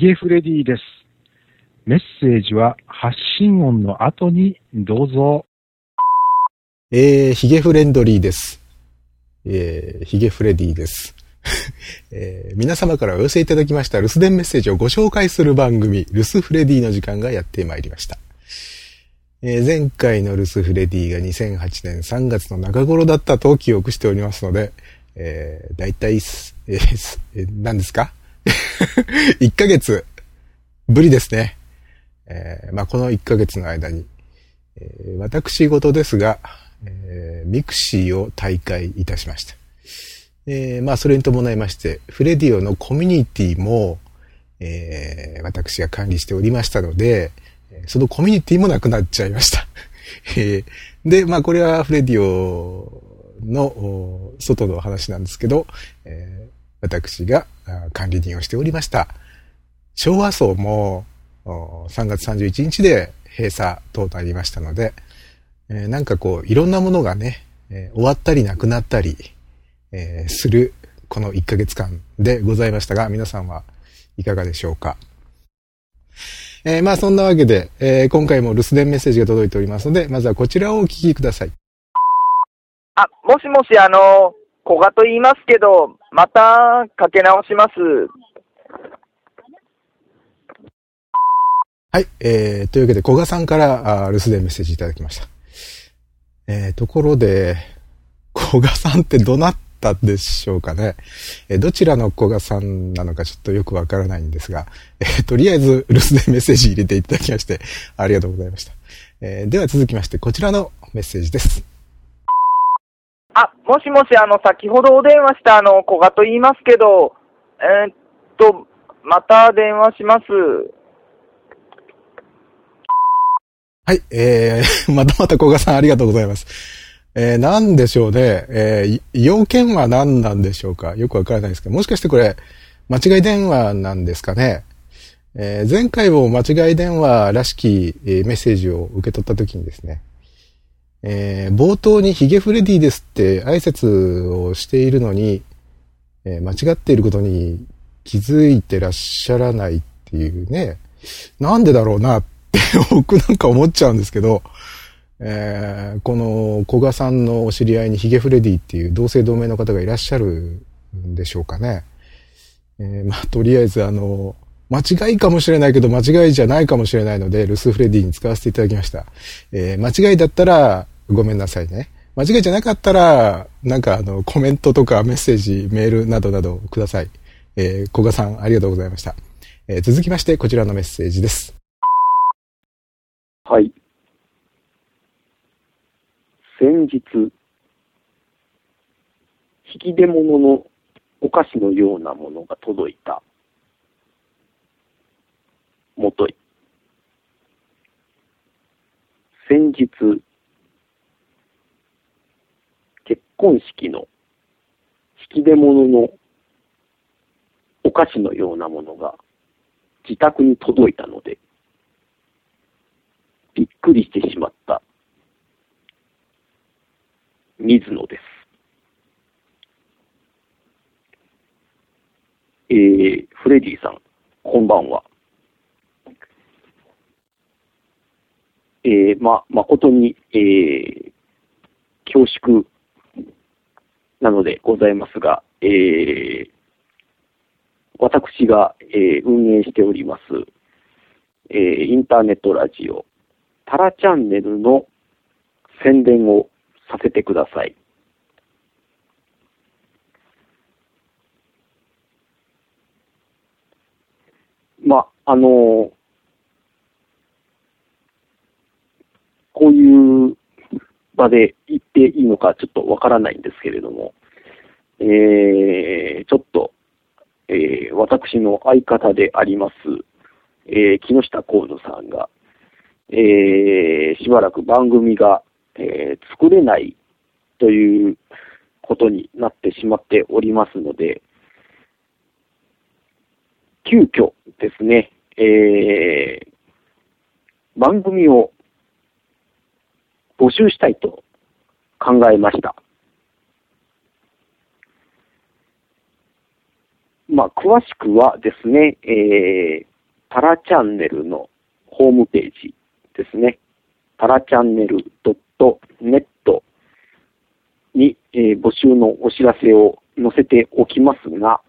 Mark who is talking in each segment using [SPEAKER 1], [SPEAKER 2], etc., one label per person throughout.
[SPEAKER 1] ゲフレディです。メッセージは発信音の後にどうぞ。
[SPEAKER 2] ヒゲフレンドリーです。ヒゲフレディです。皆様からお寄せいただきました留守電メッセージをご紹介する番組、留守フレディの時間がやってまいりました。前回の留守フレディが2008年3月の中頃だったと記憶しておりますので、だいたい、何ですか1ヶ月ぶりですね。この1ヶ月の間に、私事ですが、ミクシーを退会いたしました。それに伴いまして、フレディオのコミュニティも、私が管理しておりましたので、そのコミュニティもなくなっちゃいました。で、これはフレディオの外の話なんですけど、私が管理人をしておりました。昭和層も3月31日で閉鎖となりましたので、いろんなものがね、終わったりなくなったり、するこの1ヶ月間でございましたが、皆さんはいかがでしょうか。そんなわけで、今回も留守電メッセージが届いておりますので、まずはこちらをお聞きください。
[SPEAKER 3] もしもし、古賀と言いますけど、またかけ直します。
[SPEAKER 2] はい、というわけで古賀さんから留守電メッセージいただきました。ところで、古賀さんってどなったでしょうかね。どちらの古賀さんなのかちょっとよくわからないんですが、とりあえず留守電メッセージ入れていただきましてありがとうございました。では続きましてこちらのメッセージです。
[SPEAKER 3] もしもし、先ほどお電話した古賀と言いますけど、また電話します。
[SPEAKER 2] はい、また古賀さんありがとうございます。なんでしょうね。要件は何なんでしょうか。よくわからないですけど、もしかしてこれ、間違い電話なんですかね。前回も間違い電話らしき、メッセージを受け取ったときにですね、冒頭にヒゲフレディですって挨拶をしているのに、間違っていることに気づいてらっしゃらないっていうね、なんでだろうなって僕なんか思っちゃうんですけど、この古賀さんのお知り合いにヒゲフレディっていう同姓同名の方がいらっしゃるんでしょうかね。とりあえず間違いかもしれないけど間違いじゃないかもしれないので留守フレディに使わせていただきました。間違いだったらごめんなさいね。間違いじゃなかったらコメントとかメッセージ、メールなどなどください。古賀さんありがとうございました。続きましてこちらのメッセージです。
[SPEAKER 4] はい。先日、引き出物のお菓子のようなものが届いた。もとい。先日、結婚式の引き出物のお菓子のようなものが自宅に届いたので、びっくりしてしまった水野です。フレディさん、こんばんは。誠に、恐縮なのでございますが、私が、運営しております、インターネットラジオ、タラチャンネルの宣伝をさせてください。こういう場で言っていいのかちょっとわからないんですけれども、ちょっと、私の相方であります、木下幸野さんが、しばらく番組が、作れないということになってしまっておりますので、急遽ですね、番組を募集したいと考えました。詳しくはですね、 タラチャンネルのホームページですね。タラチャンネル .net に、募集のお知らせを載せておきます。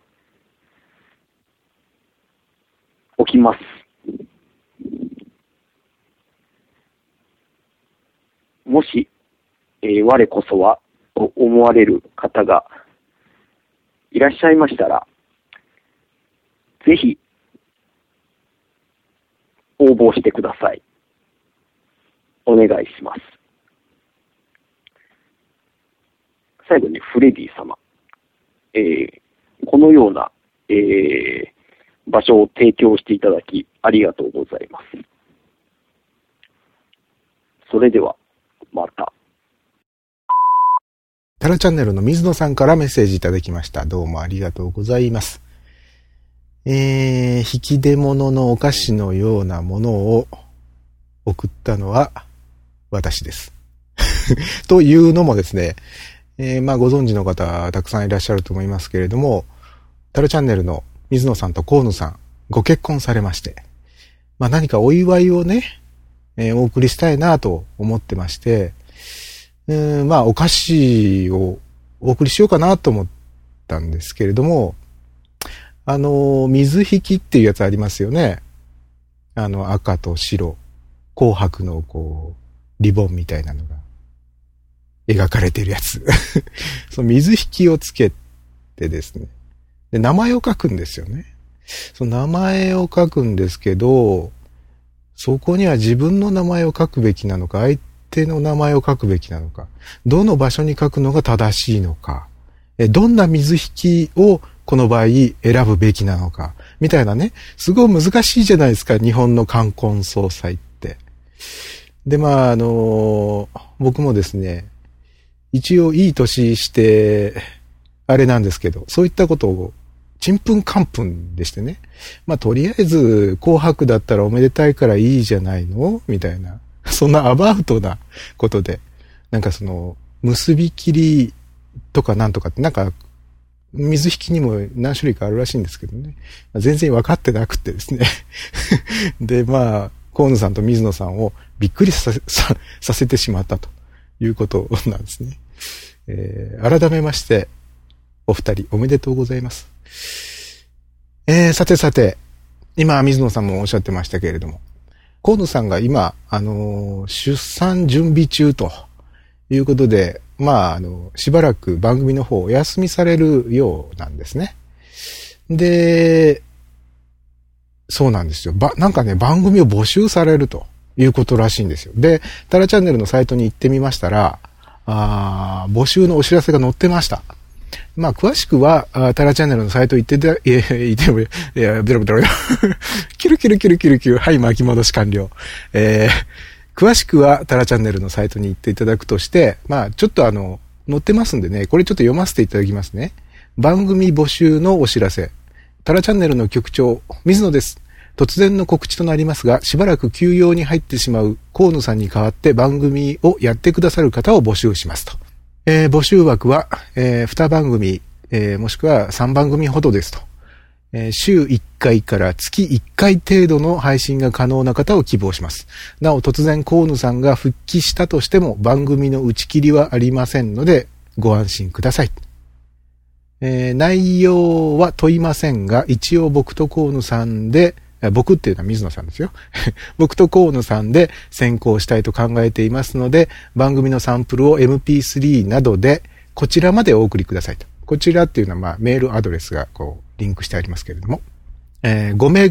[SPEAKER 4] もし、我こそはと思われる方がいらっしゃいましたら、ぜひ応募してください。お願いします。最後にフレディ様、このような、場所を提供していただきありがとうございます。それではまた。
[SPEAKER 2] タラチャンネルの水野さんからメッセージいただきました。どうもありがとうございます。引き出物のお菓子のようなものを送ったのは私です。というのもですね、まあご存知の方たくさんいらっしゃると思いますけれども、タラチャンネルの水野さんと河野さんご結婚されまして、まあ何かお祝いをね、お送りしたいなと思ってまして、まあお菓子をお送りしようかなと思ったんですけれども、水引きっていうやつありますよね。赤と白、紅白のこう、リボンみたいなのが描かれてるやつ。その水引きをつけてですね。で、名前を書くんですよね。その名前を書くんですけど、そこには自分の名前を書くべきなのか、相手の名前を書くべきなのか、どの場所に書くのが正しいのか、どんな水引きをこの場合選ぶべきなのか、みたいなね、すごい難しいじゃないですか、日本の冠婚葬祭って。で、まあ、僕もですね、一応いい年して、あれなんですけど、そういったことを、ちんぷんかんぷんでしてね。まあ、とりあえず、紅白だったらおめでたいからいいじゃないのみたいな。そんなアバウトなことで、なんか結び切りとかなんとかって、なんか、水引きにも何種類かあるらしいんですけどね。全然分かってなくてですね。で、まあ、河野さんと水野さんをびっくりさせてしまったということなんですね。改めまして、お二人おめでとうございます。さて、今水野さんもおっしゃってましたけれども、河野さんが今、出産準備中ということで、まあ、しばらく番組の方お休みされるようなんですね。で、そうなんですよ。なんかね、番組を募集されるということらしいんですよ。で、タラチャンネルのサイトに行ってみましたら、募集のお知らせが載ってました。まあ、詳しくは、タラチャンネルのサイト行ってベロベロ。キルキル。はい、巻き戻し完了。詳しくはタラチャンネルのサイトに行っていただくとして、まあ、ちょっと載ってますんでね、これちょっと読ませていただきますね。番組募集のお知らせ。タラチャンネルの局長、水野です。突然の告知となりますが、しばらく休養に入ってしまう河野さんに代わって番組をやってくださる方を募集しますと。募集枠は、2番組、もしくは3番組ほどですと。週1回から月1回程度の配信が可能な方を希望します。なお突然河野さんが復帰したとしても番組の打ち切りはありませんのでご安心ください。内容は問いませんが、一応僕と河野さんで、僕っていうのは水野さんですよ。僕と河野さんで選考したいと考えていますので、番組のサンプルを MP3 などでこちらまでお送りくださいと。こちらっていうのはまあメールアドレスがこうリンクしてありますけれども、5メ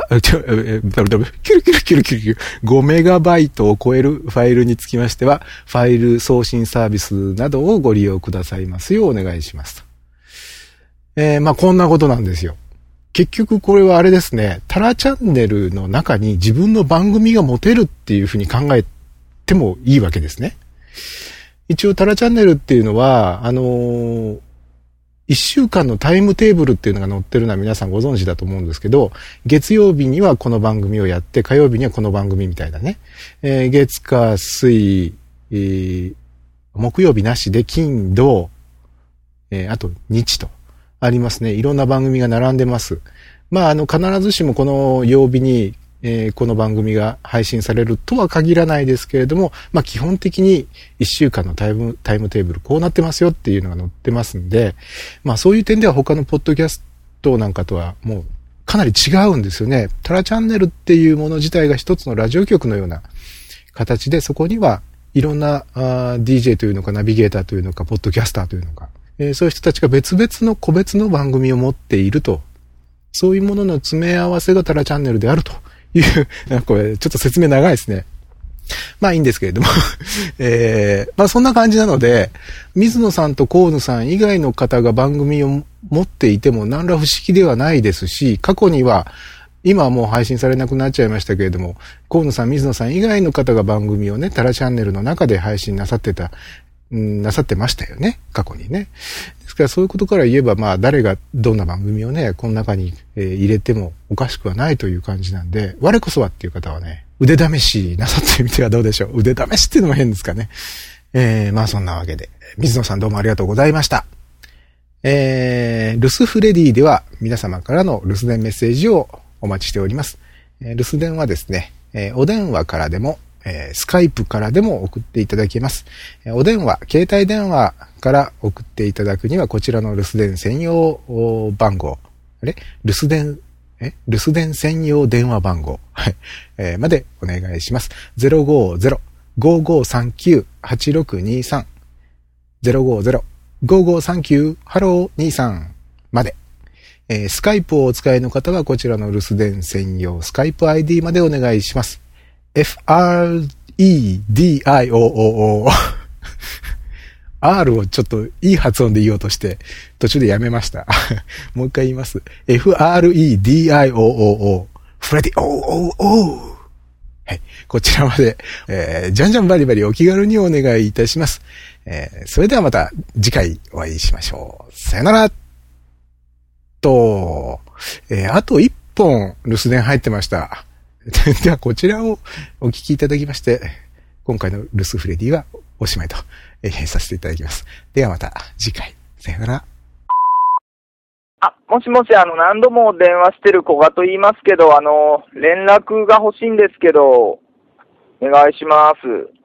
[SPEAKER 2] ガバイトを超えるファイルにつきましては、ファイル送信サービスなどをご利用くださいますようお願いしますと。まあこんなことなんですよ。結局これはあれですね、タラチャンネルの中に自分の番組が持てるっていうふうに考えてもいいわけですね。一応タラチャンネルっていうのは、1週間のタイムテーブルっていうのが載ってるのは皆さんご存知だと思うんですけど、月曜日にはこの番組をやって、火曜日にはこの番組みたいなね。月火水、木曜日なしで金土、あと日とありますね。いろんな番組が並んでます。 まあ、必ずしもこの曜日に、この番組が配信されるとは限らないですけれども、まあ、基本的に1週間のタイムテーブルこうなってますよっていうのが載ってますんで、まあ、そういう点では他のポッドキャストなんかとはもうかなり違うんですよね。タラチャンネルっていうもの自体が一つのラジオ局のような形で、そこにはいろんなDJ というのかナビゲーターというのかポッドキャスターというのか、そういう人たちが別々の個別の番組を持っていると、そういうものの詰め合わせがタラチャンネルであるという、これちょっと説明長いですね。まあいいんですけれども、まあそんな感じなので、水野さんと河野さん以外の方が番組を持っていても何ら不思議ではないですし、過去には今はもう配信されなくなっちゃいましたけれども、河野さん、水野さん以外の方が番組をね、タラチャンネルの中で配信なさってましたよね、過去にね。ですからそういうことから言えば、まあ誰がどんな番組をね、この中に入れてもおかしくはないという感じなんで、我こそはっていう方はね、腕試しなさってみてはどうでしょう。腕試しっていうのも変ですかね。まあそんなわけで、水野さんどうもありがとうございました。留守フレディでは皆様からの留守電メッセージをお待ちしております。留守電はですね、お電話からでも、スカイプからでも送っていただけます。お電話、携帯電話から送っていただくにはこちらの留守電専用番号、留守電専用電話番号、までお願いします。050-5539-8623 050-5539-23まで。スカイプをお使いの方はこちらの留守電専用スカイプ ID までお願いします。FREDIOOO R をちょっといい発音で言おうとして途中でやめました。もう一回言います。FREDIOOO フレディOOO はい。こちらまで、じゃんじゃんバリバリお気軽にお願いいたします。それではまた次回お会いしましょう。さよならと、あと1本留守電入ってました。ではこちらをお聞きいただきまして、今回の留守フレディはおしまいと、させていただきます。ではまた次回。さよなら。
[SPEAKER 3] もしもし、何度も電話してる古賀と言いますけど、連絡が欲しいんですけど、お願いします。